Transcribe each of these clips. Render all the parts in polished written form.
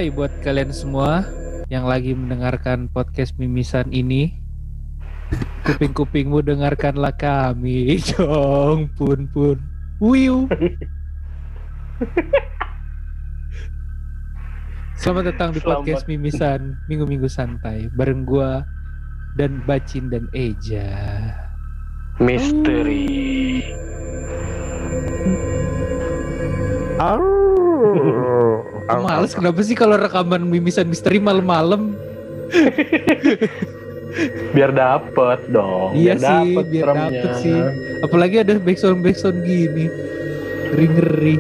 Hai buat kalian semua yang lagi mendengarkan podcast Mimisan ini. Kuping-kupingmu dengarkanlah kami. Jong pun. Wiu. Selamat datang di podcast Mimisan Minggu-minggu santai bareng gua dan Bacin dan Eja. Misteri. Males kenapa sih kalau rekaman Mimisan misteri malam-malam? Biar dapet dong. Iya sih, biar dapet sih. Apalagi ada backsound gini. Ngeri-ngeri.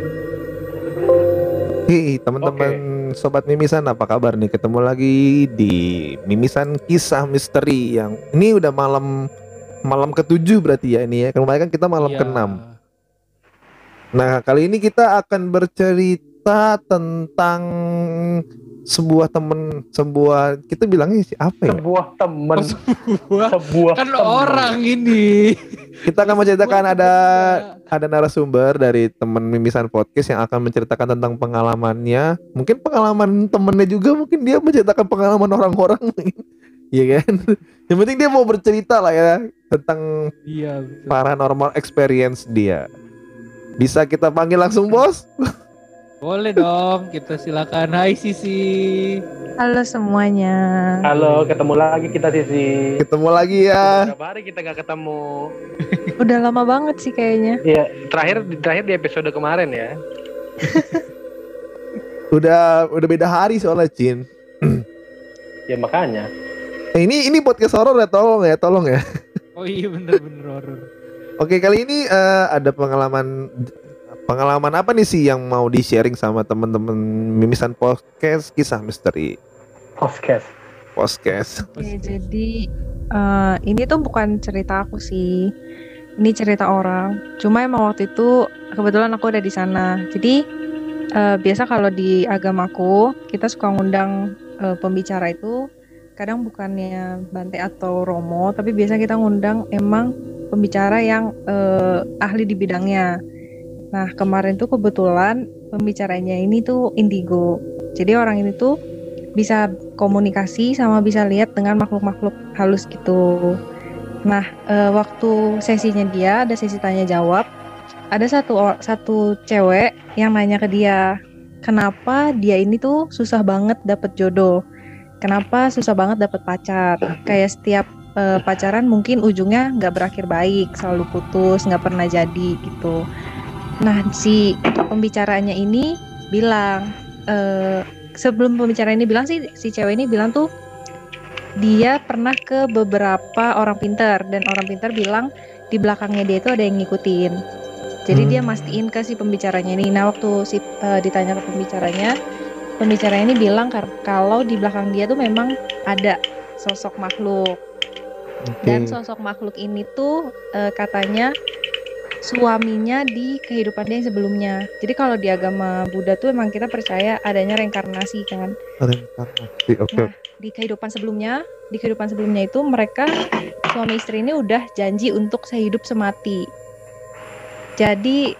Hei teman-teman Sobat Mimisan, apa kabar nih? Ketemu lagi di Mimisan Kisah Misteri yang ini udah malam ke-7 berarti ya ini ya. Kemarin kan kita malam ke-6. Nah, kali ini kita akan bercerita tentang sebuah kita bilangnya apa ya? Sebuah teman. Sebuah kan temen. Orang ini. Kita akan menceritakan ada narasumber dari teman Mimisan Podcast yang akan menceritakan tentang pengalamannya. Mungkin pengalaman temennya juga, mungkin dia menceritakan pengalaman orang-orang. Iya kan? Yang penting dia mau bercerita lah ya tentang paranormal experience dia. Bisa kita panggil langsung, Bos? Boleh dong, kita silakan. Hai Sisi. Halo semuanya. Halo, ketemu lagi kita Sisi. Ketemu lagi ya. Berapa hari kita gak ketemu? Udah lama banget sih kayaknya. Iya, terakhir di episode kemarin ya. udah beda hari soalnya, Cin. Ya makanya. Ini podcast horor ya, tolong ya. Oh iya bener horor. Oke, kali ini ada pengalaman apa nih sih yang mau di-sharing sama teman-teman Mimisan Podcast Kisah Misteri? Podcast. Oke, jadi ini tuh bukan cerita aku sih. Ini cerita orang. Cuma emang waktu itu kebetulan aku ada di sana. Jadi biasa kalau di agamaku kita suka ngundang pembicara itu kadang bukannya Bante atau Romo, tapi biasa kita ngundang emang pembicara yang ahli di bidangnya. Nah kemarin tuh kebetulan pembicaranya ini tuh indigo. Jadi orang ini tuh bisa komunikasi sama bisa lihat dengan makhluk-makhluk halus gitu. Nah waktu sesinya dia ada sesi tanya jawab. Ada satu cewek yang nanya ke dia, kenapa dia ini tuh susah banget dapet jodoh. Kenapa susah banget dapet pacar. Kayak setiap pacaran mungkin ujungnya nggak berakhir baik, selalu putus, nggak pernah jadi gitu. Nah si pembicaranya ini bilang sebelum pembicara ini bilang sih, si cewek ini bilang tuh dia pernah ke beberapa orang pintar dan orang pintar bilang di belakangnya dia itu ada yang ngikutin. Jadi dia mastiin ke si pembicaranya ini. Nah waktu ditanya ke pembicara ini bilang kalau di belakang dia tuh memang ada sosok makhluk. Dan sosok makhluk ini tuh katanya suaminya di kehidupan dia yang sebelumnya. Jadi kalau di agama Buddha tuh emang kita percaya adanya reinkarnasi kan. Reinkarnasi, oke. Nah, di kehidupan sebelumnya itu mereka suami istri ini udah janji untuk sehidup semati. Jadi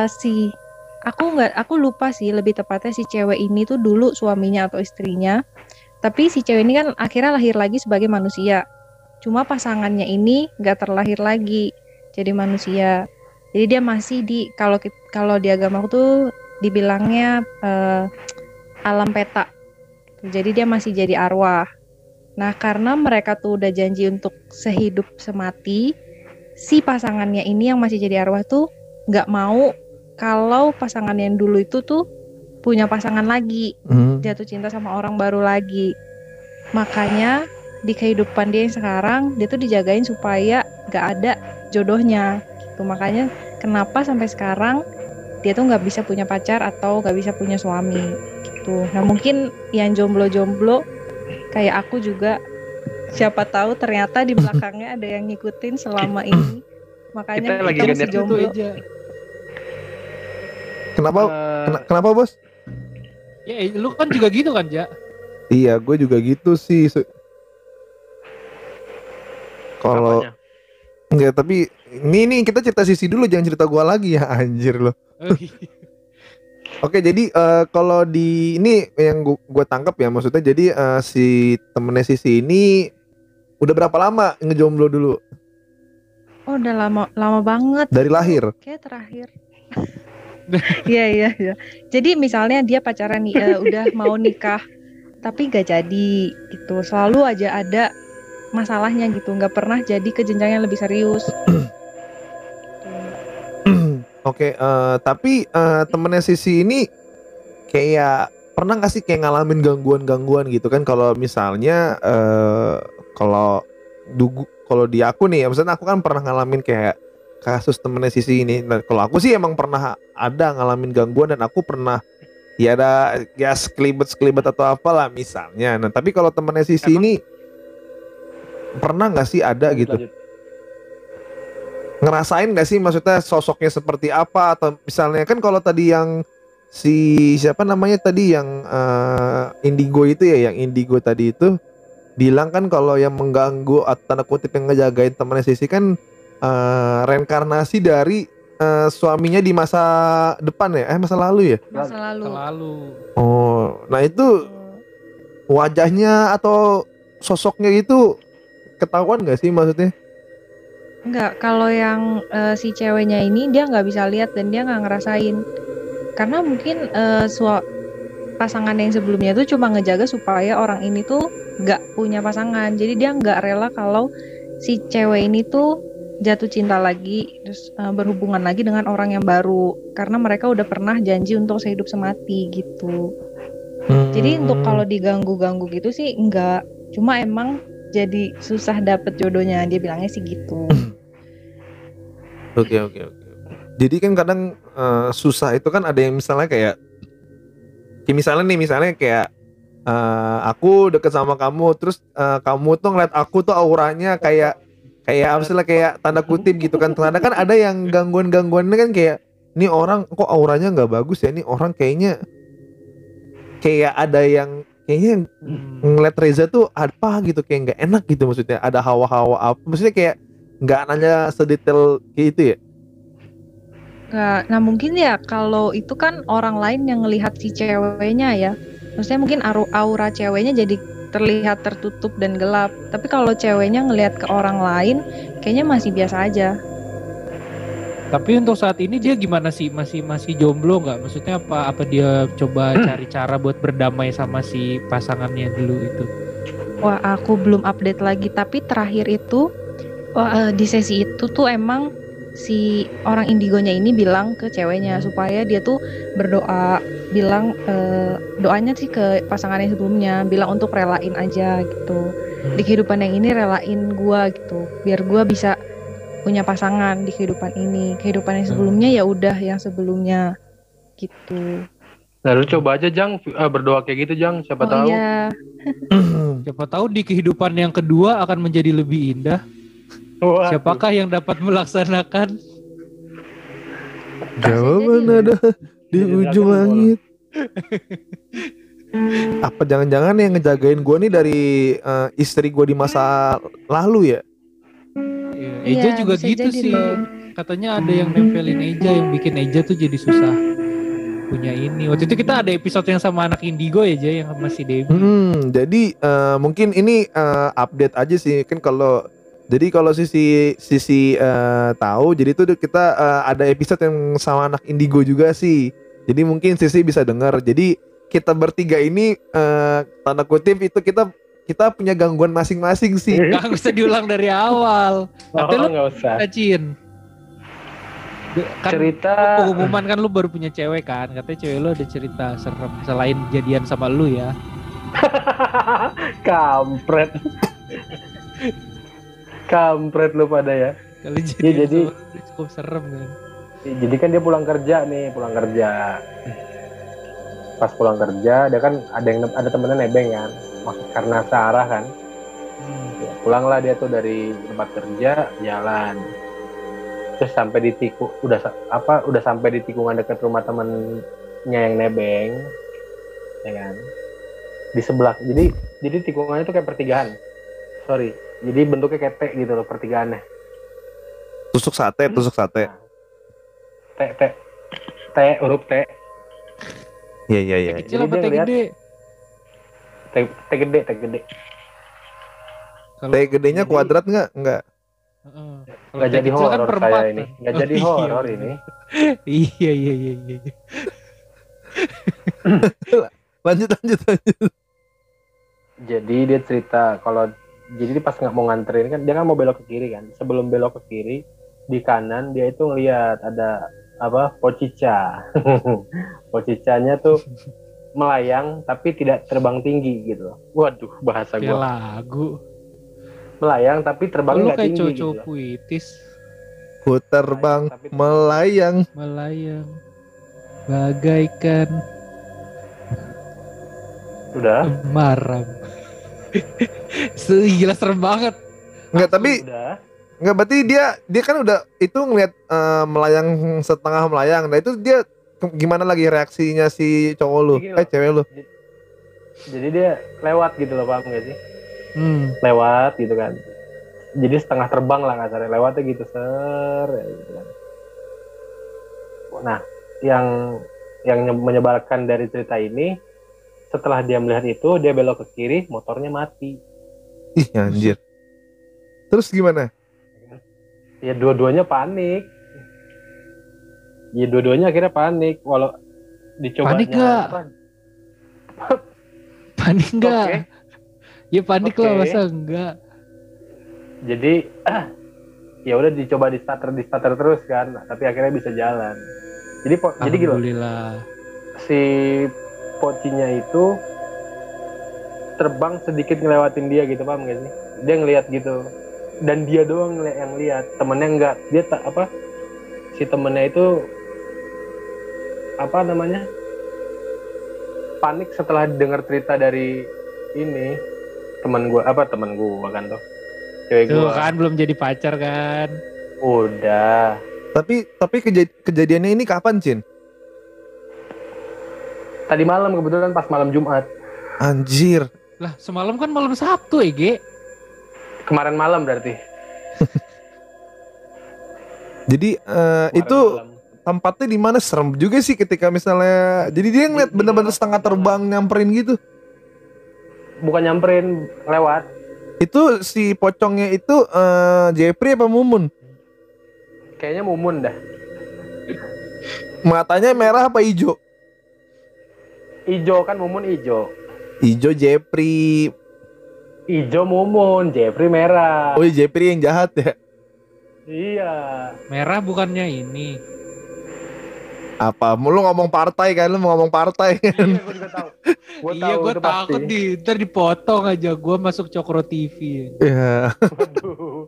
aku lupa sih lebih tepatnya si cewek ini tuh dulu suaminya atau istrinya. Tapi si cewek ini kan akhirnya lahir lagi sebagai manusia. Cuma pasangannya ini nggak terlahir lagi jadi manusia. Jadi dia masih kalau di agama aku tuh dibilangnya alam peta. Jadi dia masih jadi arwah. Nah karena mereka tuh udah janji untuk sehidup semati, si pasangannya ini yang masih jadi arwah tuh nggak mau kalau pasangan yang dulu itu tuh punya pasangan lagi, jatuh cinta sama orang baru lagi. Makanya di kehidupan dia yang sekarang dia tuh dijagain supaya nggak ada jodohnya gitu. Makanya kenapa sampai sekarang dia tuh nggak bisa punya pacar atau nggak bisa punya suami gitu. Nah mungkin yang jomblo kayak aku juga, siapa tahu ternyata di belakangnya ada yang ngikutin selama ini. Makanya kita masih jomblo aja. Kenapa Bos? Ya lu kan juga gitu kan, Ja? Iya, gue juga gitu sih. Kalau enggak, tapi ini kita cerita Sisi dulu, jangan cerita gue lagi ya, anjir loh. Oke, jadi kalau di ini yang gua tangkap ya, maksudnya jadi si temennya Sisi ini udah berapa lama ngejomblo dulu Oh, udah lama banget. dari lahir? Kayak terakhir. Iya. Jadi misalnya dia pacaran nih, udah mau nikah, tapi gak jadi gitu. Selalu aja ada masalahnya gitu. Nggak pernah jadi ke jenjang yang lebih serius. Oke, tapi temennya Sisi ini kayak pernah nggak sih kayak ngalamin gangguan-gangguan gitu kan? Kalau misalnya kalau di aku nih, maksudnya aku kan pernah ngalamin kayak kasus temennya Sisi ini. Nah, kalau aku sih emang pernah ada ngalamin gangguan dan aku pernah ya ada ya sekelibet atau apalah misalnya. Nah, tapi kalau temennya Sisi ini pernah nggak sih ada gitu? Lanjut. Ngerasain gak sih maksudnya sosoknya seperti apa, atau misalnya kan kalau tadi yang si siapa namanya tadi yang Indigo itu ya, yang Indigo tadi itu bilang kan kalau yang mengganggu atau tanda kutip yang ngejagain temannya Sisi kan reinkarnasi dari suaminya di masa depan ya, masa lalu ya. Masa lalu. Selalu. Oh, nah itu wajahnya atau sosoknya itu ketahuan gak sih maksudnya? Enggak, kalau yang si ceweknya ini dia nggak bisa lihat dan dia nggak ngerasain. Karena mungkin pasangan yang sebelumnya itu cuma ngejaga supaya orang ini tuh nggak punya pasangan. Jadi dia nggak rela kalau si cewek ini tuh jatuh cinta lagi, terus berhubungan lagi dengan orang yang baru. Karena mereka udah pernah janji untuk sehidup semati gitu. Jadi untuk kalau diganggu-ganggu gitu sih enggak. Cuma emang jadi susah dapet jodohnya, dia bilangnya sih gitu. Oke. Jadi kan kadang susah itu kan ada yang misalnya kayak misalnya kayak aku deket sama kamu, terus kamu tuh ngeliat aku tuh auranya kayak apa sih lah, kayak tanda kutip gitu kan. Ternyata kan ada yang gangguannya kan kayak ini orang kok auranya nggak bagus ya, ini orang kayaknya kayak ada yang kayaknya ngeliat Reza tuh apa gitu, kayak nggak enak gitu, maksudnya ada hawa-hawa apa, maksudnya kayak nggak nanya sedetail kayak itu ya. Nah mungkin ya kalau itu kan orang lain yang ngelihat si ceweknya ya. Maksudnya mungkin aura ceweknya jadi terlihat tertutup dan gelap. Tapi kalau ceweknya ngelihat ke orang lain, kayaknya masih biasa aja. Tapi untuk saat ini dia gimana sih? Masih jomblo nggak? Maksudnya apa dia coba cari cara buat berdamai sama si pasangannya dulu itu? Wah, aku belum update lagi. Tapi terakhir itu di sesi itu tuh emang si orang indigonya ini bilang ke ceweknya supaya dia tuh berdoa, bilang doanya sih ke pasangan yang sebelumnya, bilang untuk relain aja gitu. Di kehidupan yang ini relain gua gitu, biar gua bisa punya pasangan di kehidupan ini. Kehidupan yang sebelumnya ya udah yang sebelumnya gitu. Nah, lu coba aja Jang berdoa kayak gitu Jang, siapa tahu. Iya. Siapa tahu di kehidupan yang kedua akan menjadi lebih indah. Wah, Siapakah yang dapat melaksanakan? Jawaban ada di Jadi ujung Dragon Ball. langit. Apa jangan-jangan yang ngejagain gue nih dari istri gue di masa lalu ya? Eja Iya, juga bisa gitu jadi sih. loh. Katanya ada yang nempelin Eja, yang bikin Eja tuh jadi susah punya ini. Waktu itu kita ada episode yang sama anak Indigo ya, Eja, yang masih Debbie. Jadi mungkin ini update aja sih kan, kalau sisi tahu, jadi tuh kita ada episode yang sama anak Indigo juga sih. Jadi mungkin Sisi bisa dengar. Jadi kita bertiga ini tanda kutip itu kita punya gangguan masing-masing sih. Gak usah diulang dari awal. Nanti lu nggak usah. Cin. Kan Cerita pengumuman kan lu baru punya cewek kan. Katanya cewek lu ada cerita serem selain jadian sama lu ya. kampret. Kampret lu pada ya. Kali Iya, jadian sama lu cukup serem kan. Jadi kan dia pulang kerja. Pas pulang kerja, dia kan ada temennya nebeng kan. Maksud karena searah kan. Ya, pulanglah dia tuh dari tempat kerja, jalan. Terus sampai di udah sampai di tikungan dekat rumah temennya yang nebeng, ya kan? Di sebelah. Jadi tikungannya tuh kayak pertigaan. Sorry. Jadi bentuknya kayak T gitu loh pertigaannya. Tusuk sate. T huruf T. Iya. Teh kecil Jadi apa dia teh ngeliat- gede? Teh gede. Kalau Teh gedenya Jadi- kuadrat nggak? Nggak. Heeh. Kalau Nggak teh jadi kecil kan horor saya perempatan. ini. Nggak jadi Oh, iya, horor bener. ini. Iya. Lanjut. Jadi dia cerita kalau jadi dia pas nggak mau nganterin kan dia kan mau belok ke kiri kan. Sebelum belok ke kiri di kanan dia itu ngeliat ada apa pocica. Pocicanya tuh melayang tapi tidak terbang tinggi gitu. Waduh bahasa Kayak gua. lagu. Melayang tapi terbang Lu nggak kayak tinggi cowok gitu. puitis Ku terbang Tapi- melayang. melayang bagaikan Udah. maram. Gila serem banget. Nggak, tapi Udah. nggak, berarti dia kan udah itu ngeliat melayang setengah melayang. Nah itu dia gimana lagi reaksinya si cowok lu? Gini loh. Cewek lu? Jadi dia lewat gitu loh, paham gak sih? Lewat gitu kan. Jadi setengah terbang lah kasarnya, lewatnya gitu gitu kan. Nah, yang menyebalkan dari cerita ini, setelah dia melihat itu, dia belok ke kiri, motornya mati. Ih anjir. Terus gimana? Ya dua-duanya panik. Ya dua-duanya akhirnya panik, walau dicobanya. Panik nggak? Panik enggak? Oke. Ya panik lah, Oke. masa enggak? Jadi ya udah dicoba di starter terus kan, tapi akhirnya bisa jalan. Jadi gitu. Alhamdulillah. Si pocinya itu terbang sedikit ngelewatin dia gitu, paham gak sih? Dia ngelihat gitu, dan dia doang yang lihat, temennya enggak. Dia si temennya itu apa namanya, panik setelah dengar cerita dari ini teman gua kan tuh, cewek Tuh gua. kan belum jadi pacar kan? Udah Tapi kejadiannya ini kapan, Cin? tadi malam, kebetulan pas malam Jumat. Anjir. Lah semalam kan malam Sabtu Ege. Kemarin malam berarti. Jadi Kemarin itu malam. tempatnya di mana? Serem juga sih ketika misalnya. Jadi dia ngeliat Di bener-bener daerah setengah perjalanan. terbang nyamperin gitu. Bukan nyamperin, lewat. Itu si pocongnya itu Jepri apa Mumun? Kayaknya Mumun dah. Matanya merah apa hijau? Ijo kan, Mumun ijo. Hijau Jepri. Ijo Mumun, Jeffrey merah. Oh Jepri yang jahat ya? Iya. Merah bukannya ini. Apa? Lu ngomong partai kan? Lu mau ngomong partai kan? Iya, gue juga tahu. Iya gue itu pasti. takut ntar dipotong aja. Gue masuk Cokro TV. Ya. Waduh.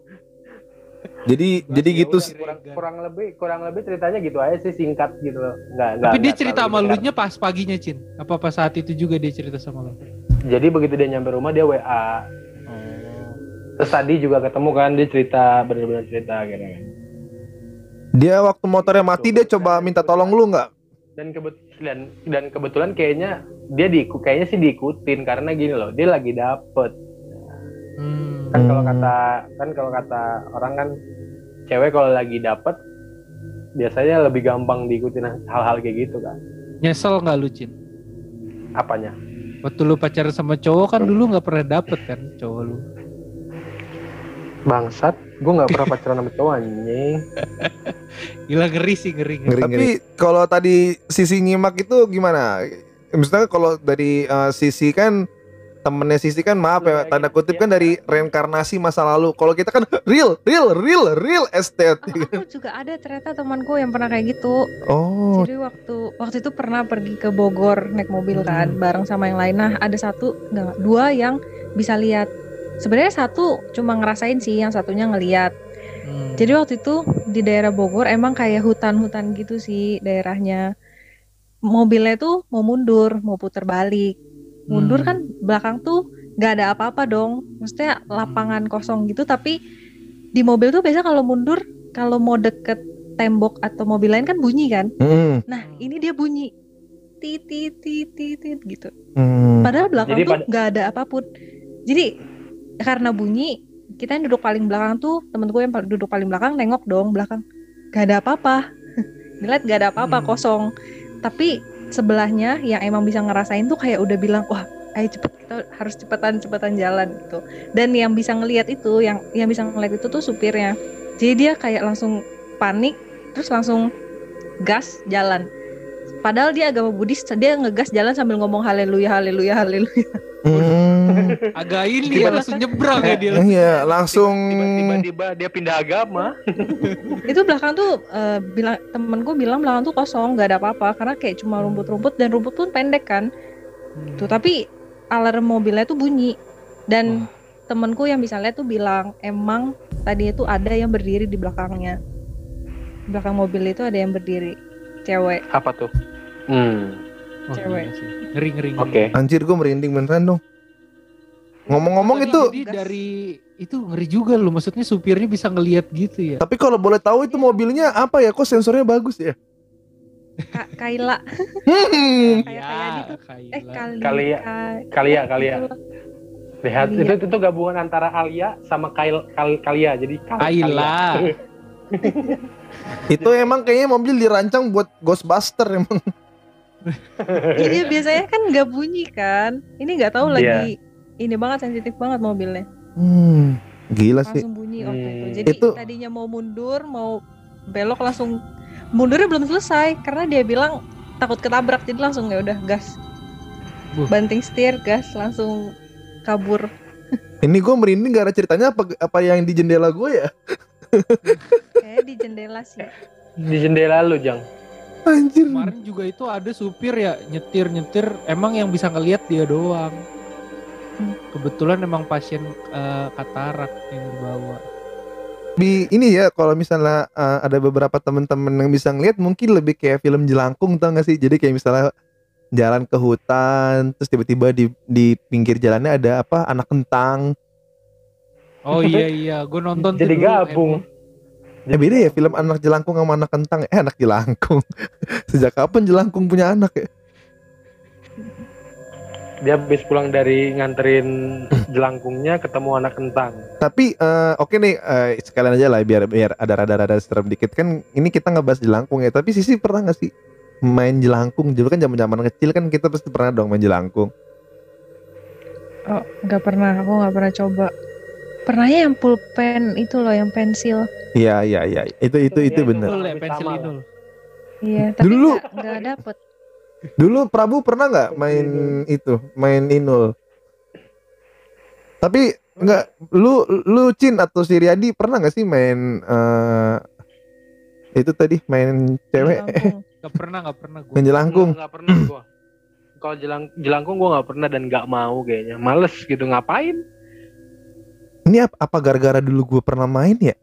Jadi gitu. Ya udah, kurang lebih ceritanya gitu aja sih, singkat gitu loh. Tapi dia nggak cerita sama terlalu lu besar. nya pas paginya, Cin. Apa pas saat itu juga dia cerita sama lu? Jadi begitu dia nyampe rumah dia WA. Terus tadi juga ketemu kan, dia cerita, bener-bener cerita gitu kan. Dia waktu motornya mati dia coba minta tolong lu nggak? Dan kebetulan kayaknya dia kayaknya sih diikutin karena gini loh, dia lagi dapet. Kan kalau kata orang kan, cewek kalau lagi dapet biasanya lebih gampang diikutin hal-hal kayak gitu kan. Nyesel nggak lu, Cin? Apanya? Waktu lu pacaran sama cowok kan dulu nggak pernah dapet kan cowok lu? Bangsat, gue nggak pernah pacaran sama cowok anjing. Gila ngeri sih, ngeri. Tapi kalau tadi sisi nyimak itu gimana? Misalnya kalau dari sisi kan temennya Sisi kan maaf ya tanda kutip kan dari reinkarnasi masa lalu. Kalau kita kan real estate. Aku juga ada ternyata temanku yang pernah kayak gitu. Oh, Jadi waktu itu pernah pergi ke Bogor naik mobil kan bareng sama yang lain. Nah ada dua yang bisa lihat. Sebenarnya satu cuma ngerasain sih, yang satunya ngeliat. Jadi waktu itu di daerah Bogor emang kayak hutan-hutan gitu sih daerahnya. Mobilnya tuh mau mundur, mau putar balik. Mundur kan belakang tuh nggak ada apa-apa dong. Maksudnya lapangan kosong gitu, tapi di mobil tuh biasa kalau mundur, kalau mau deket tembok atau mobil lain kan bunyi kan. Nah ini dia bunyi tit gitu. Padahal belakang Jadi tuh nggak ada apapun. Jadi karena bunyi, kita yang duduk paling belakang tuh, temen gue yang duduk paling belakang nengok dong belakang, gak ada apa-apa. Ngeliat gak ada apa-apa, kosong. Tapi sebelahnya yang emang bisa ngerasain tuh kayak udah bilang, wah ayo cepet, kita harus cepetan jalan gitu. Dan yang bisa ngelihat itu, yang bisa ngelihat itu tuh supirnya. Jadi dia kayak langsung panik, terus langsung gas jalan. Padahal dia agama Buddhis, dia ngegas jalan sambil ngomong haleluya haleluya haleluya. Agak ini ya langsung nyebrang ya dia. Iya, langsung tiba-tiba dia pindah agama. Itu belakang tuh temenku bilang belakang tuh kosong, nggak ada apa-apa karena kayak cuma rumput-rumput dan rumput pun pendek kan. Tuh tapi alarm mobilnya tuh bunyi dan temenku yang bisa lihat tuh bilang emang tadi itu ada yang berdiri di belakangnya. Di belakang mobil itu ada yang berdiri, cewek. Apa tuh? Cewek. Ngeri. Oke. anjir gue merinding beneran dong. Ngomong-ngomong itu, Jadi dari itu ngeri juga loh, maksudnya supirnya bisa ngelihat gitu ya. tapi kalau boleh tahu itu mobilnya apa ya? Kok sensornya bagus ya? Kaila. Iya, Kalia. Lihat Kalia. itu gabungan antara Alia sama Kalia. Jadi Kaila. Itu emang kayaknya mobil dirancang buat Ghostbuster emang. Iya biasanya kan nggak bunyi kan. Ini nggak tahu lagi ini banget, sensitif banget mobilnya. Gila sih. Langsung bunyi waktu itu. Jadi Itu- tadinya mau mundur, mau belok langsung mundurnya belum selesai karena dia bilang takut ketabrak, jadi langsung ya udah gas. Banting setir, gas, langsung kabur. Ini gue merinding gara ceritanya apa yang di jendela gue ya? Kayak di jendela sih. di jendela lu, Jang. Anjir. Kemarin juga itu ada supir ya nyetir emang yang bisa ngelihat dia doang. Kebetulan emang pasien katarak yang dibawa. Ini ya kalau misalnya ada beberapa teman-teman yang bisa ngeliat mungkin lebih kayak film Jelangkung, tau gak sih? Jadi kayak misalnya jalan ke hutan terus tiba-tiba di pinggir jalannya ada apa, anak kentang. Oh iya, gue nonton Jadi tuh dulu, gabung. Beda ya film anak jelangkung sama anak kentang. Anak jelangkung. Sejak kapan jelangkung punya anak ya? Dia habis pulang dari nganterin jelangkungnya ketemu anak kentang. Tapi oke nih, sekalian aja lah biar ada rada-rada serem dikit kan. Ini kita ngebahas jelangkung ya. Tapi Sisi pernah gak sih main jelangkung? Dulu kan zaman kecil kan kita pasti pernah dong main jelangkung. Oh, nggak pernah. Aku nggak pernah coba. Pernahnya yang pulpen itu loh, yang pensil. Iya. Itu Iya, bener. Inul ya, pensil Sama lah. Inul. Iya, tapi Dulu- nggak dapet. Dulu Prabu pernah nggak main Inul? Tapi nggak, lu Cin atau si Riyadi pernah nggak sih main itu tadi main cewek Lampung. Gak pernah gue. main jelangkung? Nggak pernah gua. Kalau jelangkung gua nggak pernah dan nggak mau kayaknya. Males gitu, ngapain? Ini apa gara-gara dulu gue pernah main ya?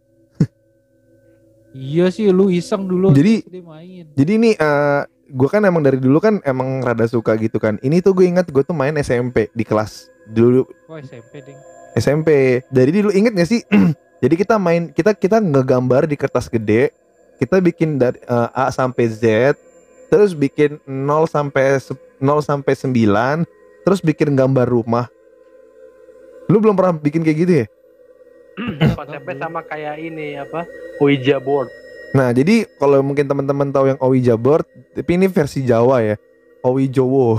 Iya sih, lu iseng dulu. Jadi- dia main. Jadi ini gue kan emang dari dulu kan emang rada suka gitu kan. Ini tuh gue ingat gue tuh main SMP di kelas dulu. Oh SMP ding. SMP. Jadi dulu inget gak sih? Jadi kita main, kita ngegambar di kertas gede. Kita bikin dari A sampai Z, terus bikin 0 sampai 9, terus bikin gambar rumah. Lu belum pernah bikin kayak gitu ya? Konsepnya sama kayak ini apa? Ouija board. Nah, jadi kalau mungkin teman-teman tahu yang Ouija board, tapi ini versi Jawa ya. Ouijowo.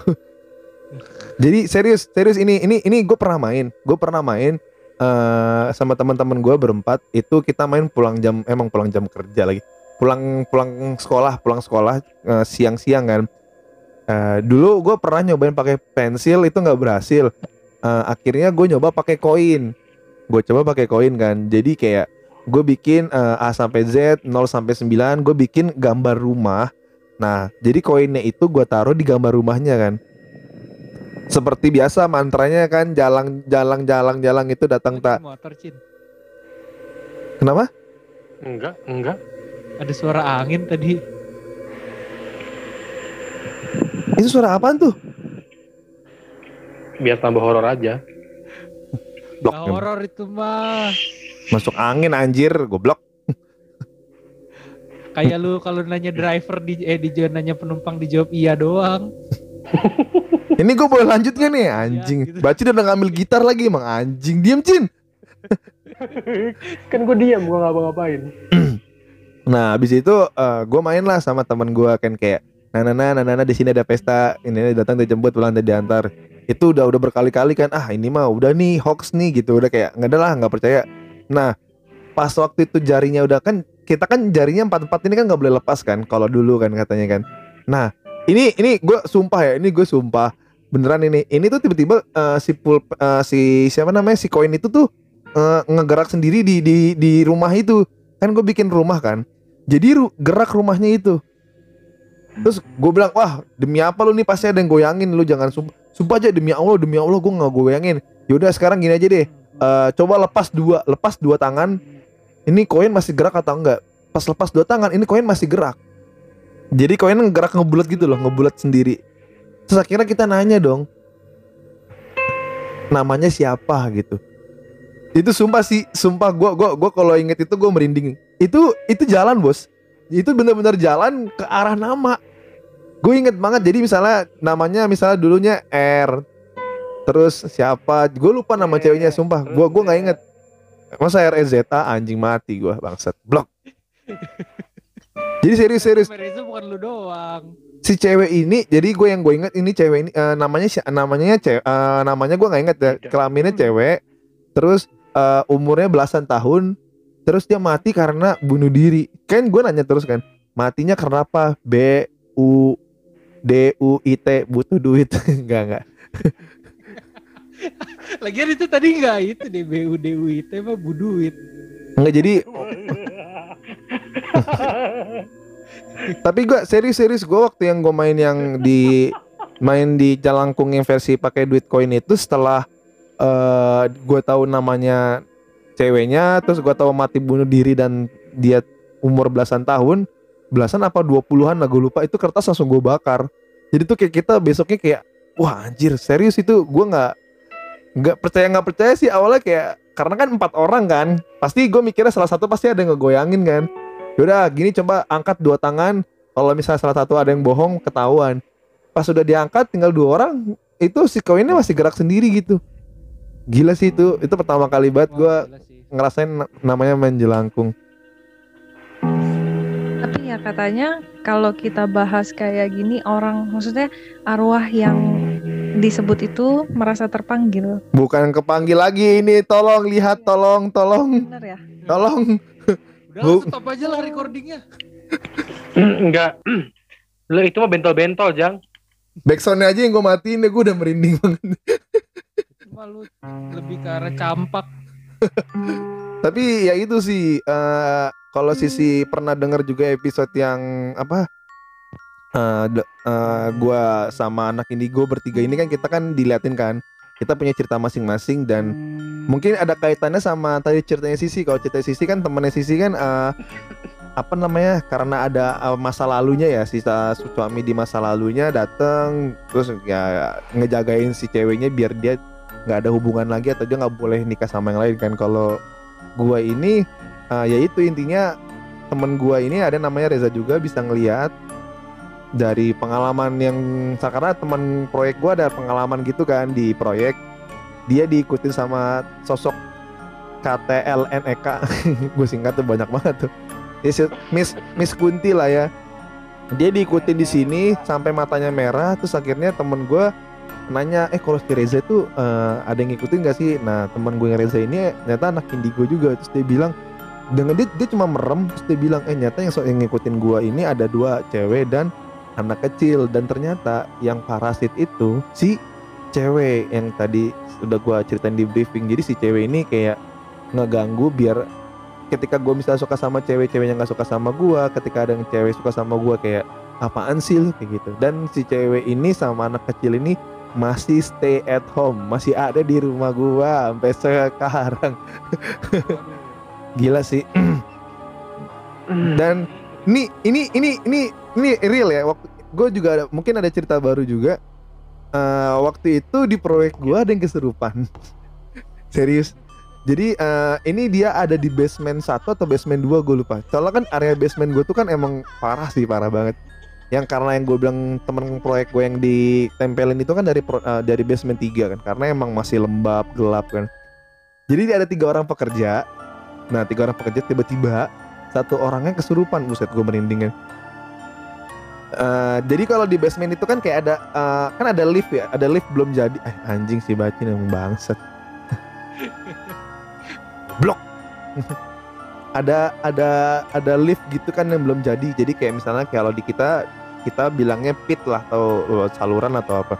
Jadi serius ini gue pernah main. Sama teman-teman gue berempat, itu kita main pulang jam kerja lagi. Pulang sekolah siang-siang kan. Dulu gue pernah nyobain pakai pensil, itu nggak berhasil. Akhirnya gue nyoba pakai koin. Kan. Jadi kayak gue bikin A sampai Z, 0 sampai 9, gue bikin gambar rumah. Nah, jadi koinnya itu gue taruh di gambar rumahnya kan. Seperti biasa mantranya kan, jalang itu datang Lagi tak. motor, Cin. Kenapa? Enggak. Ada suara angin tadi. Itu suara apaan tuh? Biar tambah horor aja. Blok. Gak horor itu mah. Masuk angin anjir, goblok. Kayak lu kalau nanya driver nanya penumpang dijawab iya doang. Ini gue boleh lanjut gak nih anjing? gitu. Baci udah ngambil gitar lagi emang anjing. Diem Cin. Kan gue diam, gue ngapa-ngapain. Nah abis itu gue main lah sama teman gue kan kayak Nana di sini ada pesta, ini datang dijemput pulang diantar. Itu udah berkali-kali kan, ini mah udah nih hoax nih gitu, udah kayak nggak ada lah, nggak percaya. Nah pas waktu itu jarinya udah kan, kita kan jarinya 4 ini kan nggak boleh lepas kan kalau dulu kan katanya kan. Nah ini gue sumpah ya, ini gue sumpah beneran ini tuh tiba-tiba si siapa namanya si koin itu tuh ngegerak sendiri di rumah itu kan. Gue bikin rumah kan, jadi gerak rumahnya itu. Terus gue bilang, wah demi apa lu nih, pasti ada yang goyangin, lu jangan sumpah aja demi Allah gue nggak goyangin. Yaudah sekarang gini aja deh, coba lepas dua tangan, ini koin masih gerak atau enggak. Pas lepas 2 tangan, ini koin masih gerak. Jadi koin ngegerak ngebulat gitu loh, ngebulat sendiri. Terus akhirnya kita nanya dong, namanya siapa gitu. Itu sumpah gue kalau inget itu gue merinding. Itu jalan bos, itu benar-benar jalan ke arah nama. Gue inget banget. Jadi misalnya namanya dulunya R, terus siapa, gue lupa nama ceweknya. Sumpah gue nggak inget. Masa REZ, anjing mati gue, bangsat, blok. Jadi serius Itu bukan lu doang. si cewek ini, jadi gue inget ini cewek ini namanya gue nggak inget ya, kelaminnya cewek, terus umurnya belasan tahun, terus dia mati karena bunuh diri. Kan gue nanya terus kan, matinya karena apa? BUDUIT, butuh duit. Enggak. Lagian itu tadi enggak itu deh, BUDUIT mah buduit. Enggak, jadi tapi gue serius gue waktu yang gue main di Jalangkung yang versi pakai duit koin itu, setelah gue tahu namanya ceweknya, terus gue tahu mati bunuh diri dan dia umur belasan apa 20-an lah, gue lupa. Itu kertas langsung gue bakar. Jadi tuh kayak kita besoknya kayak, wah anjir serius itu. Gue nggak percaya sih awalnya, kayak karena kan 4 orang kan, pasti gue mikirnya salah satu pasti ada yang ngegoyangin kan. Yaudah gini, coba angkat 2 tangan, kalau misalnya salah satu ada yang bohong ketahuan. Pas sudah diangkat tinggal 2 orang, itu si koinnya masih gerak sendiri gitu. Gila sih itu pertama kali banget gue ngerasain namanya main jelangkung. Tapi ya katanya kalau kita bahas kayak gini, orang, maksudnya arwah yang disebut itu merasa terpanggil. Bukan kepanggil lagi ini, tolong lihat, tolong. Bener ya? Tolong. Udah stop aja lah recordingnya. Enggak. Lo itu mah bentol-bentol, Jang. Backsoundnya aja yang gue matiin deh, gue udah merinding banget. Cuma lu lebih ke arah campak. Tapi ya itu sih, kalau Sisi pernah denger juga episode yang apa, gue sama anak indigo bertiga ini kan, kita kan diliatin kan, kita punya cerita masing-masing, dan mungkin ada kaitannya sama tadi ceritanya Sisi. Kalau cerita Sisi kan, temennya Sisi kan apa namanya, karena ada masa lalunya ya, si suami di masa lalunya dateng, terus ya ngejagain si ceweknya biar dia nggak ada hubungan lagi, atau dia nggak boleh nikah sama yang lain kan. Kalau gua ini ya itu intinya, temen gua ini ada namanya Reza juga, bisa ngelihat dari pengalaman yang, karena teman proyek gua ada pengalaman gitu kan di proyek, dia diikutin sama sosok KTLNEK. Gue singkat tuh banyak banget tuh, Miss Kunti lah ya. Dia diikutin di sini sampai matanya merah. Terus akhirnya temen gue nanya, kalau si Reza tuh ada yang ngikutin gak sih? Nah temen gue yang Reza ini ternyata anak indigo juga. Terus dia bilang, dengan dia cuma merem, terus dia bilang, ternyata yang ngikutin gue ini ada 2 cewek dan anak kecil. Dan ternyata yang parasit itu si cewek yang tadi udah gue ceritain di briefing. Jadi si cewek ini kayak ngeganggu biar ketika gue misalnya suka sama cewek-cewek yang gak suka sama gue, ketika ada yang cewek suka sama gue, kayak apaan sih lu, kayak gitu. Dan si cewek ini sama anak kecil ini masih stay at home, masih ada di rumah gue sampai sekarang. Gila sih. Dan ini real ya. Waktu gue juga mungkin ada cerita baru juga. Waktu itu di proyek gue ada yang kesurupan. Serius. Jadi ini dia ada di basement 1 atau basement 2, gue lupa. Soalnya kan area basement gue tuh kan emang parah banget. Yang karena yang gue bilang temen proyek gue yang ditempelin itu kan dari basement 3 kan, karena emang masih lembab, gelap kan. Jadi ada 3 orang pekerja. Nah 3 orang pekerja tiba-tiba 1 orangnya kesurupan. Buset, gue merinding kan. Jadi kalau di basement itu kan kayak ada kan ada lift ya, ada lift belum jadi. Anjing si Bacin emang bangsat. Blok. ada lift gitu kan yang belum jadi. Jadi kayak misalnya kalau di kita bilangnya pit lah atau saluran atau apa.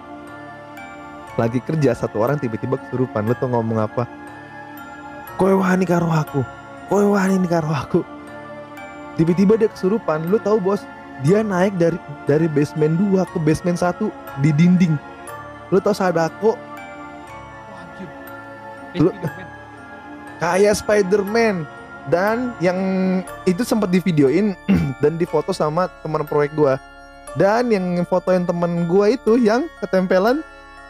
Lagi kerja satu orang tiba-tiba kesurupan. Lu tuh ngomong apa? Kowe wani karo aku. Kowe wani karo aku. Tiba-tiba dia kesurupan. Lu tahu bos, dia naik dari basement 2 ke basement 1 di dinding. Lu tau Sadako? Wajib. Lu kayak Spider-Man. Dan yang itu sempat divideoin dan difoto sama teman proyek gua. Dan yang fotoin teman gua itu yang ketempelan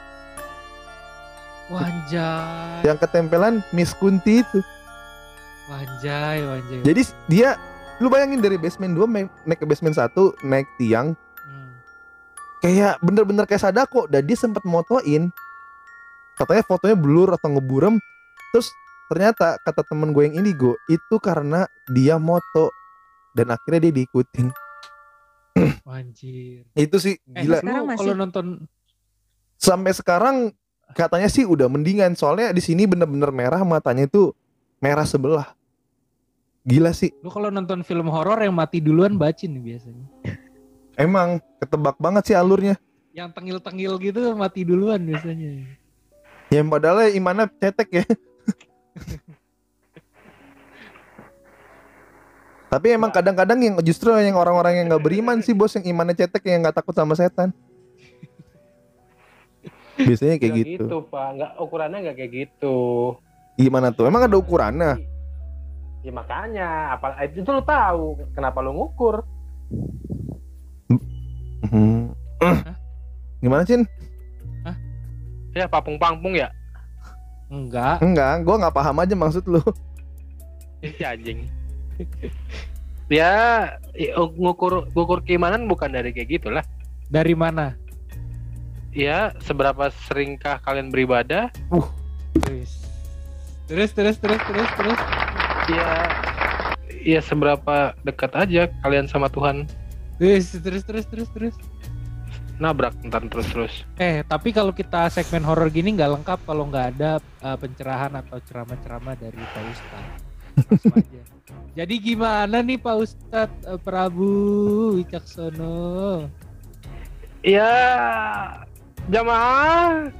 Wanjay. yang ketempelan Miss Kunti itu. Wanjay. Jadi dia, lu bayangin dari basement 2 naik ke basement 1, naik tiang. Kayak bener-bener kayak Sadako. Dan dia sempat motoin, katanya fotonya blur atau ngeburem. Terus ternyata kata temen gue yang indigo, itu karena dia moto dan akhirnya dia diikutin. Anjir. Itu sih gila. Lu kalau nonton sampai sekarang katanya sih udah mendingan, soalnya di sini bener-bener merah, matanya itu merah sebelah. Gila sih. Lu kalau nonton film horor yang mati duluan Bacin nih biasanya. Emang ketebak banget sih alurnya. Yang tengil-tengil gitu mati duluan biasanya. Ya padahal imannya cetek ya. Tapi emang kadang-kadang yang justru yang orang-orang yang nggak beriman sih bos, yang imannya cetek, yang nggak takut sama setan. Biasanya kayak Nggak gitu. gitu Pak, ukurannya nggak kayak gitu. Gimana tuh? Emang ada ukurannya? Ya makanya, itu lu tahu kenapa lu ngukur? Gimana Cin? Ya papung-pampung ya? Enggak, gue nggak paham aja maksud lu. Si anjing. Ya ngukur keimanan bukan dari kayak gitulah. dari mana? Ya seberapa seringkah kalian beribadah? Terus. Ya seberapa dekat aja kalian sama Tuhan. Terus. Nabrak ntar terus. Tapi kalau kita segmen horor gini nggak lengkap kalau nggak ada pencerahan atau ceramah-ceramah dari Pak Ustadz. Langsung aja. Jadi gimana nih Pak Ustadz Prabu Wicaksono? Ya jamaah.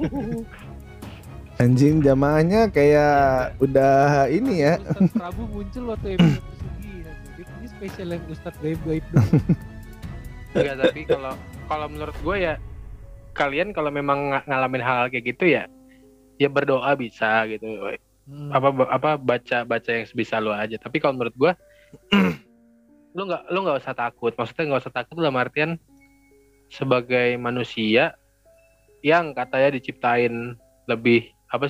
Anjing jamaahnya kayak udah ini ya. Ustadz Prabu muncul waktu episode Sugi. Ini spesial yang Ustadz gaib-gaib dong. Enggak, tapi kalau menurut gue ya, kalian kalau memang ngalamin hal kayak gitu ya berdoa bisa gitu. Apa baca yang sebisa lu aja. Tapi kalau menurut gue lu nggak usah takut. Maksudnya nggak usah takut dalam artian sebagai manusia yang katanya diciptain lebih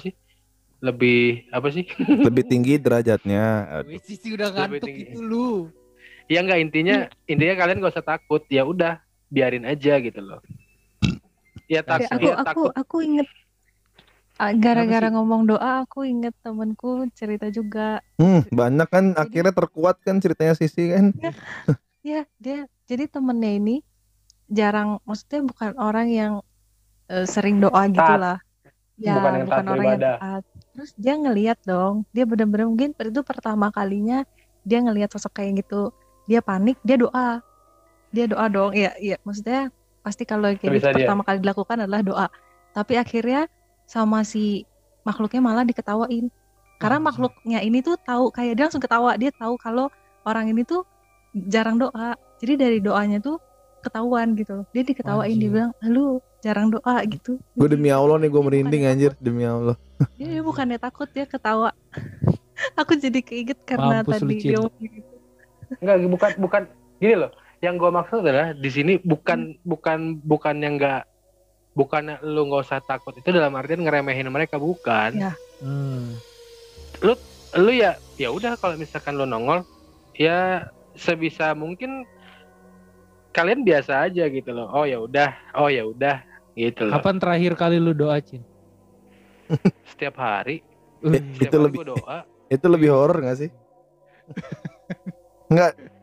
Lebih tinggi derajatnya. Wih sih udah ngantuk itu lu. Ya enggak, intinya kalian gak usah takut. Ya udah, biarin aja gitu loh. Ya takut. Aku inget gara-gara ngomong doa, aku inget temenku cerita juga. Banyak kan akhirnya terkuat kan ceritanya Sisi kan. Ya dia jadi temennya ini jarang, maksudnya bukan orang yang sering doa gitulah. Ya bukan orang yang taat. Terus dia ngelihat dong, dia benar-benar mungkin itu pertama kalinya dia ngelihat sosok kayak gitu. Dia panik, dia doa dong. Iya, maksudnya pasti kalau kayak gitu pertama kali dilakukan adalah doa. Tapi akhirnya sama si makhluknya malah diketawain. Karena makhluknya ini tuh tahu, kayak dia langsung ketawa. Dia tahu kalau orang ini tuh jarang doa. Jadi dari doanya tuh ketahuan gitu. Dia diketawain, dia bilang, "Lu jarang doa" gitu. Gue demi Allah nih, gue merinding anjir, demi Allah. Dia bukannya takut, dia ketawa. Aku jadi keinget karena Mampus tadi dia ngomong gitu. Enggak, bukan gini loh. Yang gue maksud adalah di sini bukan yang enggak, bukan lu nggak usah takut itu dalam artian ngeremehin mereka, bukan. Ya. Lu ya udah, kalau misalkan lu nongol ya sebisa mungkin kalian biasa aja gitu loh. Oh ya udah gitu loh. Kapan terakhir kali lu doa, Cin? Setiap hari. Itu lebih doa. Itu lebih horor gak sih? Enggak.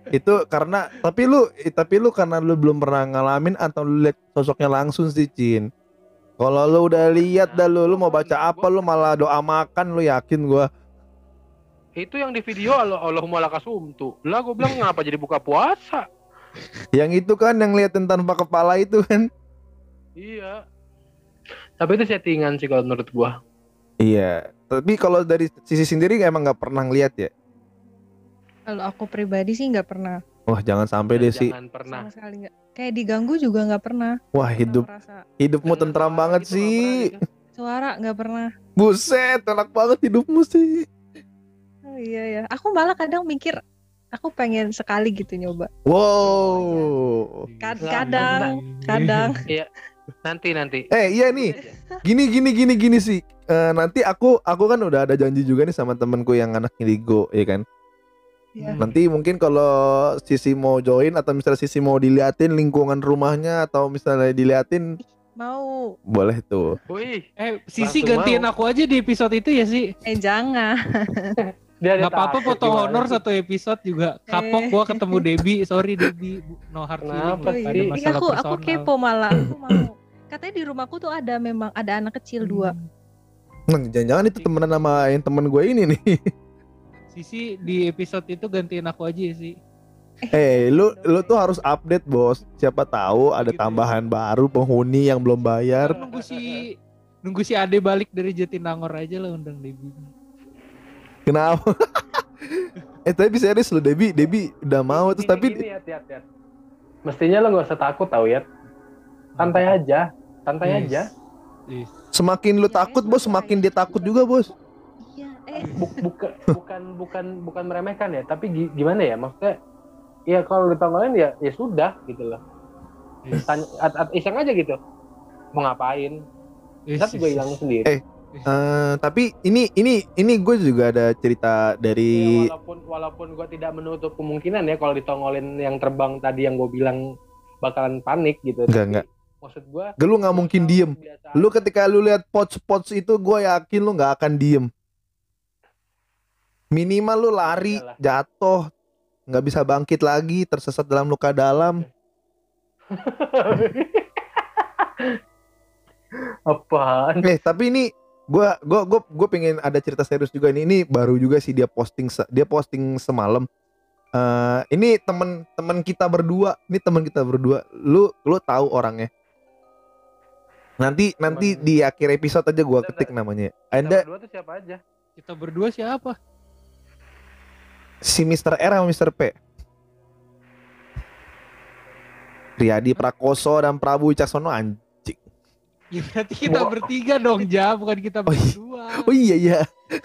Itu karena tapi lu karena lu belum pernah ngalamin atau lu lihat sosoknya langsung sih, Cin. Kalau lu udah lihat dah lu mau baca apa lu malah doa makan, lu yakin gua. Itu yang di video Allahumma lakasumtu. Lah gue bilang ngapa jadi buka puasa? Yang itu kan yang liatin tanpa kepala itu kan. Iya. Tapi itu settingan sih kalau menurut gua. Iya. Tapi kalau dari sisi sendiri emang nggak pernah ngeliat ya? Kalau aku pribadi sih nggak pernah. Wah jangan sampai deh sih. Jangan pernah. Sama sekali nggak. Kayak diganggu juga nggak pernah. Wah hidupmu tentram banget Gitu, sih. nggak pernah gitu. Suara nggak pernah. Buset, enak banget hidupmu sih. Oh iya ya. Aku malah kadang mikir aku pengen sekali gitu nyoba. Wow. Kadang. Iya. Nanti. Iya nih. Gini sih. Nanti aku kan udah ada janji juga nih sama temenku yang anak indigo, ya kan. Iya. Nanti mungkin kalau Sisi mau join atau misalnya Sisi mau diliatin lingkungan rumahnya atau misalnya diliatin, Mau. boleh tuh. Wih, Sisi Langsung gantiin mau. aku aja di episode itu ya sih. Jangan. dia Gak apa-apa takut foto gimana honor sih? satu episode juga. Kapok gua ketemu Debbie. Sorry Debbie, no hard feeling. Kenapa Ada sih? Ini masalah aku personal. kepo malah. Aku mau. Katanya di rumahku tuh ada anak kecil 2. Nah, jangan-jangan itu temenan sama yang temen gue ini nih. Sisi di episode itu gantiin aku aja ya sih. Lu tuh harus update, Bos. Siapa tahu ada Gitu ya. tambahan baru penghuni yang belum bayar. Nunggu si Ade balik dari Jatinangor aja lah undang Debbie. Kenapa? Tapi serius lu Debbie udah mau terus tapi Gini, Yat. Mestinya lo nggak usah takut tau ya. Santai aja. Yes. semakin lu takut, Bos, semakin dia takut juga, Bos. Iya. Bukan meremehkan ya, tapi gimana ya, maksudnya ya kalau ditongolin ya sudah gitu loh. Yes. Iseng aja gitu, mau ngapain? Yes, Ntar juga yes, hilang yes. sendiri. Tapi ini gue juga ada cerita dari Ya, walaupun gue tidak menutup kemungkinan ya kalau ditongolin yang terbang tadi yang gue bilang bakalan panik gitu. Enggak. Maksud gue, lu nggak mungkin diem. Lu ketika lu lihat pots itu, gue yakin lu nggak akan diem. Minimal lu lari, Iyalah. jatuh, nggak bisa bangkit lagi, tersesat dalam luka dalam. Apaan? Tapi ini gue pengen ada cerita serius juga nih. Ini baru juga sih dia posting semalam. Ini teman kita berdua. Lu tahu orangnya. Nanti di akhir episode aja gue ketik namanya. Ada Berdua tuh siapa aja? Kita berdua siapa? si Mr. R sama Mr. P. Riyadi Prakoso dan Prabu Wicaksono anjing. Ya, berarti kita bertiga dong, bukan kita berdua. Oh iya.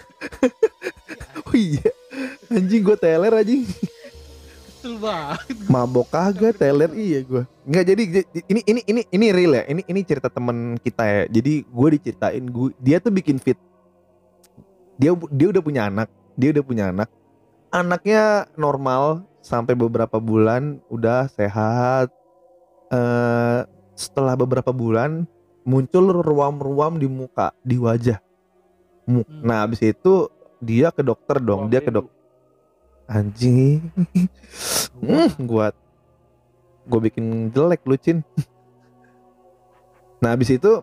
Oh iya. Anjing gue teler anjing. Kesel banget. Mabok kagak teler iya gue. Enggak, jadi ini real ya. Ini cerita teman kita ya. Jadi gue diceritain dia tuh bikin fit. Dia udah punya anak. Anaknya normal sampai beberapa bulan udah sehat. Setelah beberapa bulan muncul ruam-ruam di muka, di wajah. Nah, habis itu dia ke dokter dong. Anjing. Gua bikin jelek lu, Cin. Nah, habis itu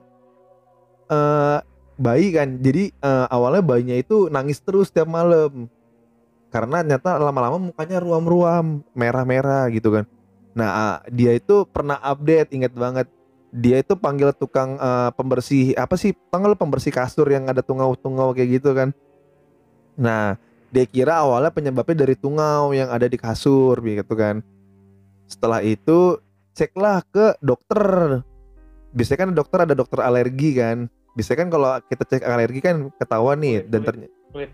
bayi kan. Jadi awalnya bayinya itu nangis terus setiap malam. Karena ternyata lama-lama mukanya ruam-ruam, merah-merah gitu kan. Nah, dia itu pernah update, inget banget. Dia itu panggil tukang pembersih, pembersih kasur yang ada tungau-tungau kayak gitu kan. Nah, dia kira awalnya penyebabnya dari tungau yang ada di kasur gitu kan. Setelah itu ceklah ke dokter. Biasanya kan dokter ada dokter alergi kan. Biasanya kan kalau kita cek alergi kan ketahuan nih dan ternyata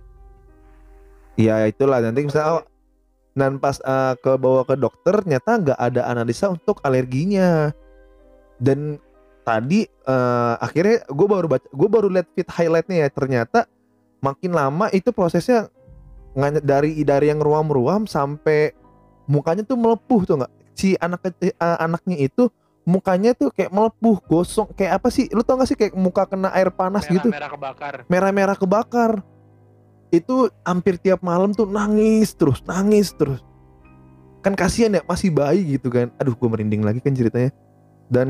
ya itulah nanti misalnya dan pas ke bawa ke dokter ternyata nggak ada analisa untuk alerginya. Dan tadi akhirnya gue baru lihat feed highlightnya ya, ternyata makin lama itu prosesnya dari yang ruam-ruam sampai mukanya tuh melepuh tuh nggak, si anaknya itu mukanya tuh kayak melepuh, gosong, kayak apa sih, lu tau gak sih kayak muka kena air panas gitu, merah-merah kebakar. Itu hampir tiap malam tuh nangis terus. kan kasihan ya masih bayi gitu kan. Aduh gue merinding lagi kan ceritanya. Dan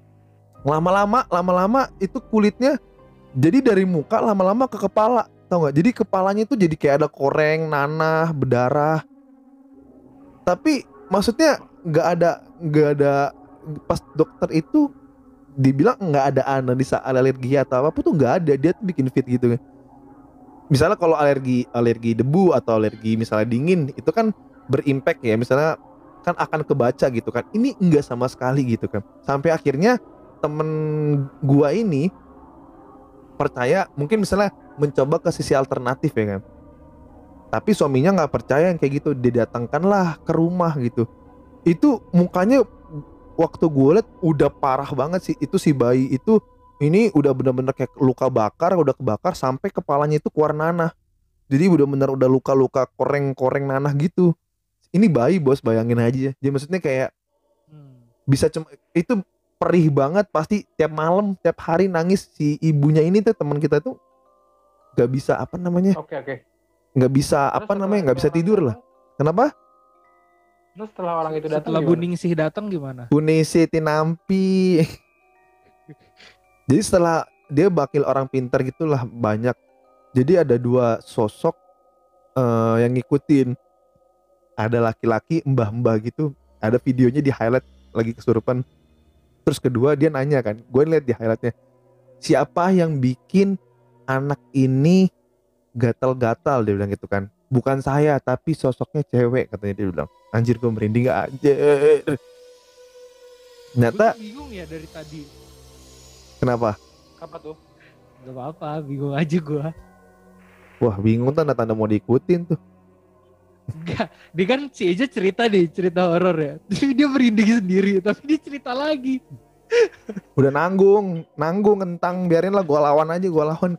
lama-lama itu kulitnya jadi dari muka lama-lama ke kepala, tau nggak? Jadi kepalanya itu jadi kayak ada koreng, nanah, berdarah. Tapi maksudnya nggak ada pas dokter itu dibilang nggak ada analisa alergi atau apa tuh nggak ada. Dia tuh bikin fit gitu kan. Misalnya kalau alergi debu atau alergi misalnya dingin itu kan berimpact ya, misalnya kan akan kebaca gitu kan. Ini enggak sama sekali gitu kan. Sampai akhirnya temen gua ini percaya, mungkin misalnya mencoba ke sisi alternatif ya kan. Tapi suaminya nggak percaya yang kayak gitu, didatangkanlah ke rumah gitu. Itu mukanya waktu gue liat udah parah banget sih. Itu si bayi itu ini udah bener-bener kayak luka bakar, udah kebakar sampai kepalanya itu keluar nanah. Jadi bener-bener udah luka-luka koreng-koreng nanah gitu. Ini bayi bos, bayangin aja. Dia maksudnya kayak bisa itu perih banget, pasti tiap malam, tiap hari nangis si ibunya ini tuh teman kita tuh nggak bisa apa namanya? Oke. Nggak bisa Terus apa namanya? Nggak bisa tidur lah. Kenapa? Terus setelah orang itu datang Setelah gimana? Bu Ningsih datang gimana? Bu Ningsih Tinampi. Jadi setelah dia bakil orang pintar gitulah banyak. Jadi ada dua sosok yang ngikutin. Ada laki-laki mbah-mbah gitu. Ada videonya di highlight lagi kesurupan. Terus kedua dia nanya kan, gue liat di highlightnya, siapa yang bikin anak ini gatal-gatal, dia bilang gitu kan. Bukan saya tapi sosoknya cewek, katanya dia bilang. Anjir gue merinding gak anjir. Ternyata Gue bingung ya dari tadi. kenapa? Apa tuh? Gak apa-apa, bingung aja gue. Wah bingung, tanda-tanda mau diikutin tuh. Enggak, dia kan si Eja cerita cerita horor ya. Tapi dia merinding sendiri, tapi dia cerita lagi. Udah nanggung kentang, biarin lah gue lawan aja, gue lawan.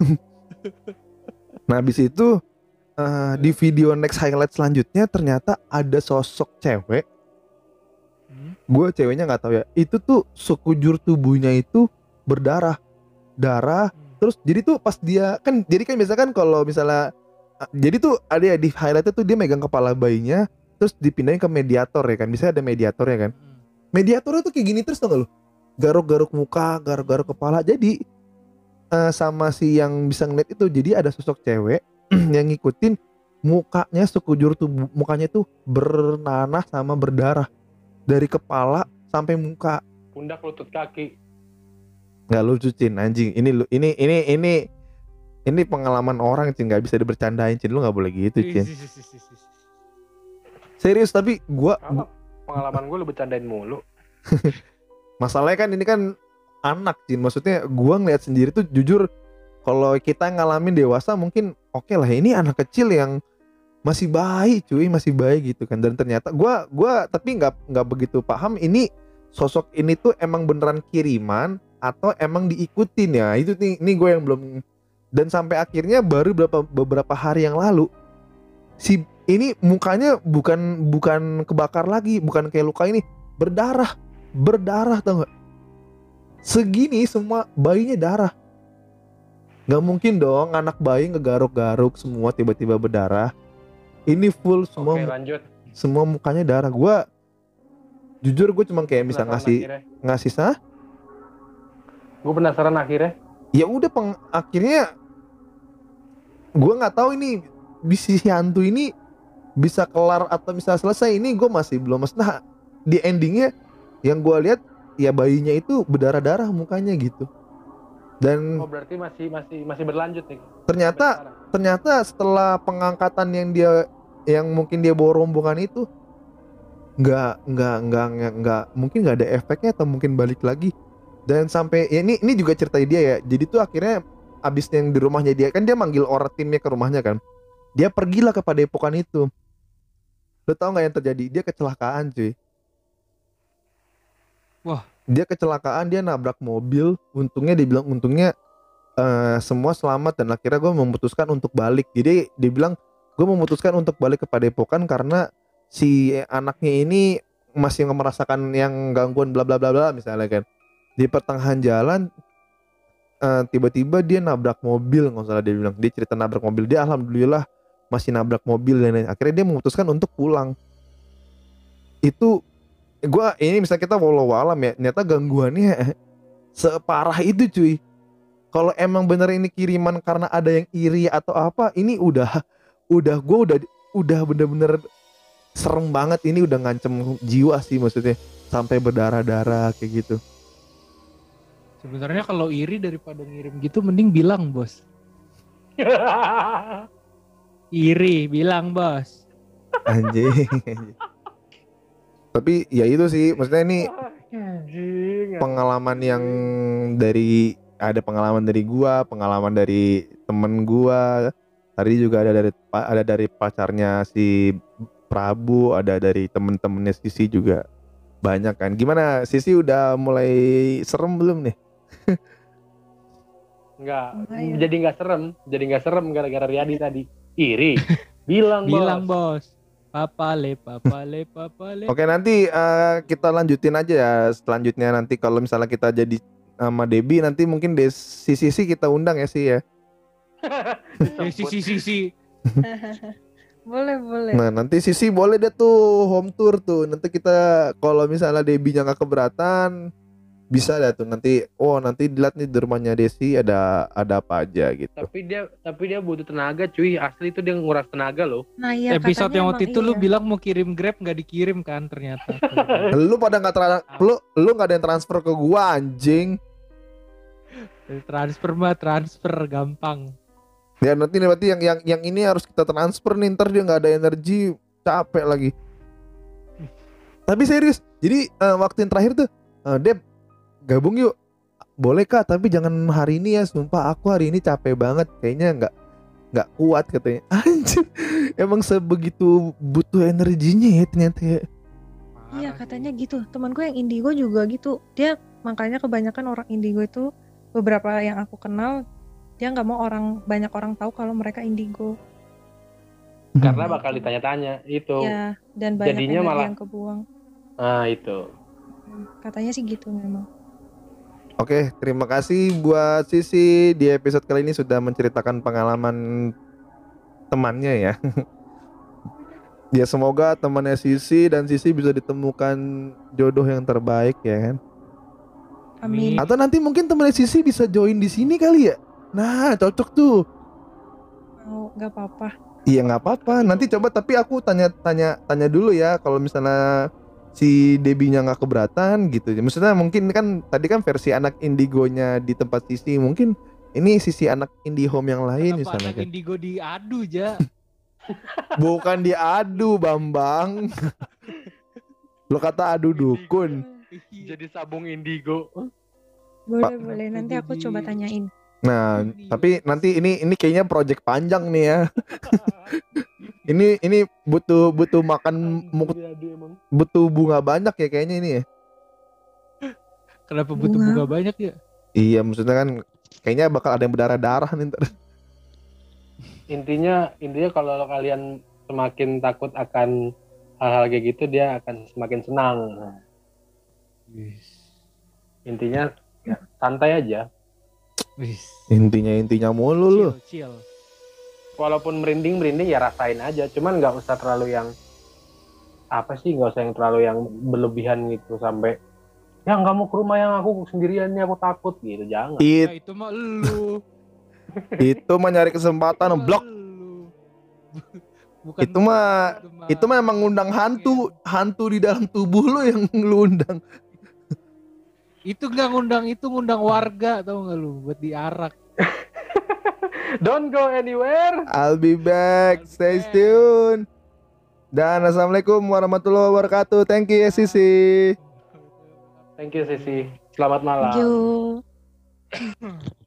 Nah habis itu di video next highlight selanjutnya ternyata ada sosok cewek. Gue ceweknya nggak tahu ya. Itu tuh sekujur tubuhnya itu berdarah, terus jadi tuh pas dia kan, jadi kan biasa kan kalau misalnya jadi tuh ada ya di highlightnya tuh dia megang kepala bayinya, terus dipindahin ke mediator ya kan. Biasanya ada mediator ya kan. Mediatornya tuh kayak gini terus tau gak lu? Garuk-garuk muka, garuk-garuk kepala. Jadi sama si yang bisa ngeliat itu, jadi ada sosok cewek yang ngikutin mukanya, sekujur tubuh mukanya tuh bernanah sama berdarah dari kepala sampai muka. Pundak, lutut, kaki. Nggak lucu Cin, anjing. Ini pengalaman orang Cin, nggak bisa dibercandain Cin, lu nggak boleh gitu Cin. Serius, tapi Pengalaman gue lu bercandain mulu. masalahnya kan ini kan anak Cin, maksudnya gua ngeliat sendiri tuh jujur, kalau kita ngalamin dewasa mungkin oke lah, ini anak kecil yang masih bayi cuy, masih bayi gitu kan. Dan ternyata gua tapi nggak begitu paham ini sosok ini tuh emang beneran kiriman atau emang diikutin ya. Itu nih gue yang belum. Dan sampai akhirnya baru beberapa hari yang lalu si ini mukanya bukan kebakar lagi, bukan kayak luka ini, berdarah tau gak? Segini semua bayinya darah. Gak mungkin dong anak bayi ngegaruk-garuk semua tiba-tiba berdarah. Ini full semua. Oke, lanjut. Semua mukanya darah. Jujur gue cuma kayak bisa ngasih sah. Gue penasaran akhirnya. Ya udah akhirnya gue nggak tahu ini si hantu ini bisa kelar atau bisa selesai. Ini gue masih belum. Nah di endingnya yang gue lihat ya bayinya itu berdarah-darah mukanya gitu. Dan berarti masih berlanjut nih. Ternyata setelah pengangkatan yang mungkin dia bawa rombongan itu nggak mungkin nggak ada efeknya atau mungkin balik lagi. Dan sampai ya ini juga cerita dia ya. Jadi tuh akhirnya abis yang di rumahnya dia kan, dia manggil orang timnya ke rumahnya kan. Dia pergilah ke padepokan itu. Lo tau nggak yang terjadi? Dia kecelakaan cuy. Wah. Dia kecelakaan, dia nabrak mobil. Untungnya semua selamat. Dan akhirnya gue memutuskan untuk balik. Jadi dia bilang gue memutuskan untuk balik ke padepokan karena si anaknya ini masih merasakan yang gangguan bla bla bla bla misalnya kan. Di pertengahan jalan tiba-tiba dia nabrak mobil, nggak salah dia bilang. Dia cerita nabrak mobil, dia alhamdulillah masih nabrak mobil dan akhirnya dia memutuskan untuk pulang. itu gua ini misalnya kita walau alam ya, ternyata gangguannya separah itu cuy. Kalau emang bener ini kiriman karena ada yang iri atau apa, ini gua udah bener-bener serem banget, ini udah ngancem jiwa sih maksudnya sampai berdarah-darah kayak gitu. Sebenarnya kalau iri daripada ngirim gitu mending bilang, Bos. Iri, bilang, Bos. Anjing. Tapi ya itu sih, maksudnya ini pengalaman yang ada pengalaman dari gua, pengalaman dari temen gua. Tadi juga ada dari pacarnya si Prabu, ada dari temen-temennya Sisi juga banyak kan. Gimana Sisi udah mulai serem belum nih? Enggak, Lumayan. jadi nggak serem gara-gara Riyadi tadi. Iri, bilang Bos. Papale. Oke, nanti kita lanjutin aja ya. Selanjutnya nanti kalau misalnya kita jadi sama Debi, nanti mungkin Sisi kita undang ya sih ya. Si. Boleh. Nah nanti Sisi boleh deh tuh home tour tuh. Nanti kita kalau misalnya Debinya nggak keberatan, bisa deh tuh nanti. Oh nanti dilihat nih di rumahnya Desi ada apa aja gitu. Tapi dia butuh tenaga cuy, asli itu dia nguras tenaga loh. Nah iya, Episode katanya yang emang waktu itu lu iya. bilang mau kirim Grab nggak dikirim kan ternyata. Lu pada nggak lu nggak ada yang transfer ke gua anjing. Transfer gampang. Ya nanti berarti yang ini harus kita transfer nih, ntar dia nggak ada energi, capek lagi. Tapi serius, jadi waktu yang terakhir tuh Deb gabung yuk, boleh Kak, tapi jangan hari ini ya, sumpah aku hari ini capek banget, kayaknya nggak kuat katanya. Anjir, emang sebegitu butuh energinya ya ternyata ya. Iya katanya gitu. Temanku yang indigo juga gitu. Dia makanya kebanyakan orang indigo itu, beberapa yang aku kenal, dia nggak mau banyak orang tahu kalau mereka indigo. Karena bakal ditanya-tanya itu. Ya, dan banyak Jadinya energi malah- yang kebuang. Nah itu. Katanya sih gitu memang. Oke, terima kasih buat Sisi di episode kali ini sudah menceritakan pengalaman temannya ya. Ya semoga temannya Sisi dan Sisi bisa ditemukan jodoh yang terbaik ya kan. Amin. Atau nanti mungkin temannya Sisi bisa join di sini kali ya. Nah, cocok tuh. Mau nggak apa-apa. Iya nggak apa-apa. Nanti coba tapi aku tanya dulu ya kalau misalnya si Debinya nggak keberatan gitu. Maksudnya mungkin kan tadi kan versi anak indigonya di tempat Sisi, mungkin ini sisi anak indie home yang lain Kenapa misalnya anak kan. indigo diadu aja? Bukan diadu Bambang. Lo kata adu dukun. Jadi sabung indigo. Boleh. Nanti aku coba tanyain. Nah, tapi nanti ini kayaknya project panjang nih ya. Ini butuh makan butuh bunga banyak ya kayaknya ini ya. Kenapa butuh Bunga? bunga banyak ya? Iya, maksudnya kan kayaknya bakal ada yang berdarah-darah nih ntar. Intinya kalau kalian semakin takut akan hal-hal kayak gitu, dia akan semakin senang. Intinya ya, santai aja. Intinya mulu lu. Chill. Walaupun merinding ya rasain aja. Cuman nggak usah terlalu yang nggak usah yang terlalu yang berlebihan gitu sampai ya nggak mau ke rumah yang aku sendirian nih, aku takut gitu, jangan. Ya, itu mah lu. Itu mah nyari kesempatan blok. Bukan Itu mah emang ngundang hantu di dalam tubuh lu yang lu undang. Itu nggak ngundang, itu ngundang warga, tau nggak lu, buat diarak. Don't go anywhere. I'll be back, stay tune. Dan assalamualaikum warahmatullahi wabarakatuh. Thank you ya Sisi. Thank you Sisi. Selamat malam. Thank you.